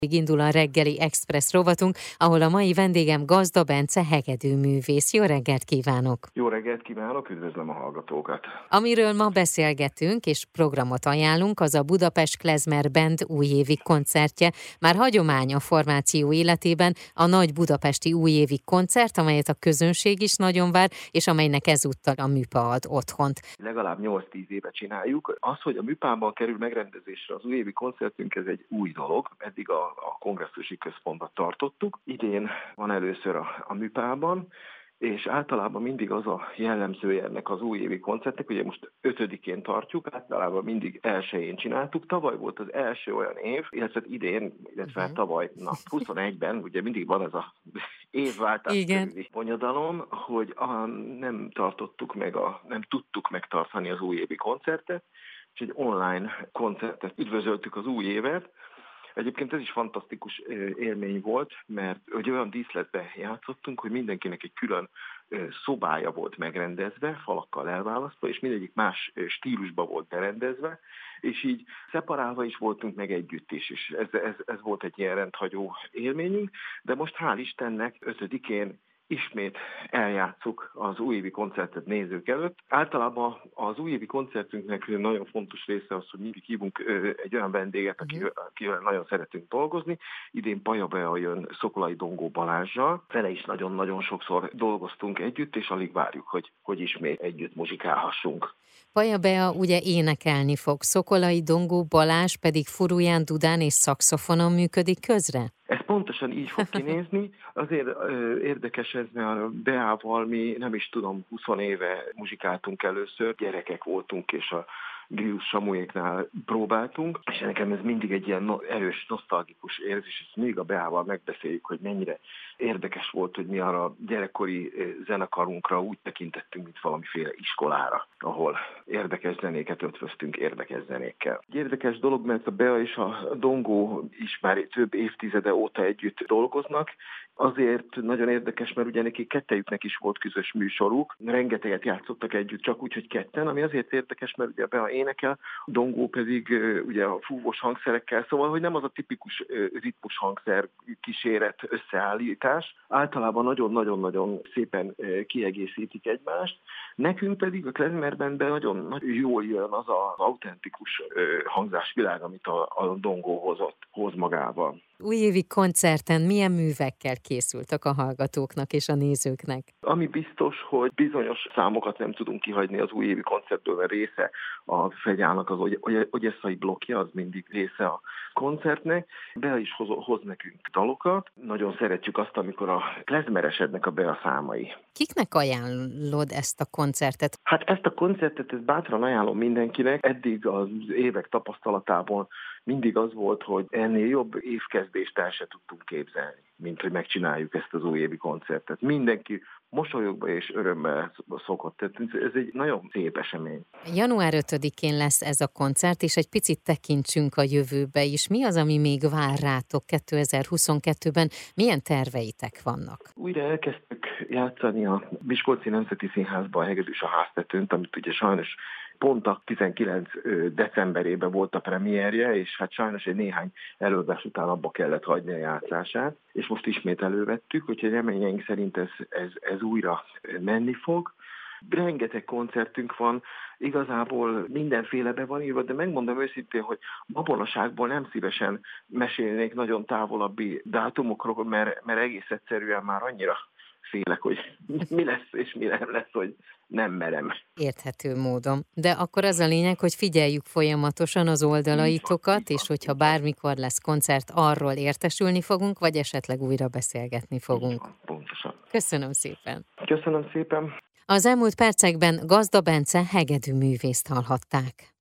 Indul a reggeli express rovatunk, ahol a mai vendégem Gazda Bence hegedűművész. Jó reggelt kívánok! Jó reggelt kívánok, üdvözlöm a hallgatókat! Amiről ma beszélgetünk és programot ajánlunk, az a Budapest Klezmer Band újévi koncertje. Már hagyomány a formáció életében a nagy budapesti újévi koncert, amelyet a közönség is nagyon vár, és amelynek ezúttal a Műpa ad otthont. Legalább 8-10 éve csináljuk. Az, hogy a Műpában kerül megrendezésre az újévi koncertünk, ez egy új dolog. Eddig a kongresszusi központban tartottuk. Idén van először a Műpában, és általában mindig az a jellemzője ennek az újévi koncertnek, ugye most 5-én tartjuk, általában mindig 1-én csináltuk. Tavaly volt az első olyan év, illetve idén, illetve tavaly, 21-ben, ugye mindig van ez a évváltás körüli bonyodalom, hogy nem tudtuk megtartani az újévi koncertet, és egy online koncertet üdvözöltük az új évet. Egyébként ez is fantasztikus élmény volt, mert ugye olyan díszletbe játszottunk, hogy mindenkinek egy külön szobája volt megrendezve, falakkal elválasztva, és mindegyik más stílusba volt berendezve, és így szeparálva is voltunk meg együtt is, és ez volt egy ilyen rendhagyó élményünk, de most hál' Istennek 5-én ismét eljátszuk az újévi koncertet nézők előtt. Általában az újévi koncertünknek nagyon fontos része az, hogy mindig hívunk egy olyan vendéget, akivel nagyon szeretünk dolgozni. Idén Paja Bea jön Szokolai Dongó Balázssal. Vele is nagyon-nagyon sokszor dolgoztunk együtt, és alig várjuk, hogy ismét együtt muzsikálhassunk. Paja Bea ugye énekelni fog, Szokolai Dongó Balázs pedig furuján, dudán és szaxofonon működik közre? Ez pontosan így fog kinézni. Azért érdekes ez, mert a Beával mi nem is tudom, 20 éve muzsikáltunk először, gyerekek voltunk, és a Gilius Samuéknál próbáltunk, és nekem ez mindig egy ilyen erős, nosztalgikus érzés, és mindig a Beával megbeszéljük, hogy mennyire érdekes volt, hogy mi arra a gyerekkori zenekarunkra úgy tekintettünk, mint valamiféle iskolára, ahol érdekes zenéket ötvöztünk érdekes zenékkel. Egy érdekes dolog, mert a Bea és a Dongó is már több évtizede óta együtt dolgoznak. Azért nagyon érdekes, mert ugye nekik kettejüknek is volt közös műsoruk, rengeteget játszottak együtt, csak úgy, hogy ketten, ami azért érdekes, mert ugye a Bea énekel, a Dongó pedig ugye a fúvós hangszerekkel, szóval, hogy nem az a tipikus ritmus hangszer kíséret összeállítás, általában nagyon-nagyon szépen kiegészítik egymást. Nekünk pedig a Klezmer Bandben nagyon jól jön az az autentikus hangzásvilág, amit a Dongó hoz magával. Újévi koncerten milyen művekkel készültek a hallgatóknak és a nézőknek? Ami biztos, hogy bizonyos számokat nem tudunk kihagyni az újévi koncertből, mert része a Fegyának az ogyesszai blokkja, az mindig része a koncertnek. Bea is hoz nekünk dalokat. Nagyon szeretjük azt, amikor a klezmeresednek a Bea számai. Kiknek ajánlod ezt a koncertet? Hát ezt a koncertet bátran ajánlom mindenkinek. Eddig az évek tapasztalatából mindig az volt, hogy ennél jobb évkezdést el se tudtunk képzelni, mint hogy megcsináljuk ezt az újévi koncertet. Mindenki mosolyogva és örömmel szokott. Tehát ez egy nagyon szép esemény. Január 5-én lesz ez a koncert, és egy picit tekintsünk a jövőbe is. Mi az, ami még vár rátok 2022-ben? Milyen terveitek vannak? Újra elkezdtük játszani a Miskolci Nemzeti Színházban a Hegedűs a háztetőnt, amit ugye sajnos pont a 19 decemberében volt a premierje, és hát sajnos egy néhány előadás után abba kellett hagyni a játszását, és most ismét elővettük, úgyhogy reményeink szerint ez újra menni fog. Rengeteg koncertünk van, igazából mindenféle be van írva, de megmondom őszintén, hogy babonaságból nem szívesen mesélnék nagyon távolabbi dátumokról, mert egész egyszerűen már annyira félek, hogy mi lesz és mi nem lesz, hogy nem merem. Érthető módon. De akkor az a lényeg, hogy figyeljük folyamatosan az oldalaitokat, és hogyha bármikor lesz koncert, arról értesülni fogunk, vagy esetleg újra beszélgetni fogunk. Pontosan. Köszönöm szépen. Köszönöm szépen. Az elmúlt percekben Gazda Bence hegedűművészt hallhatták.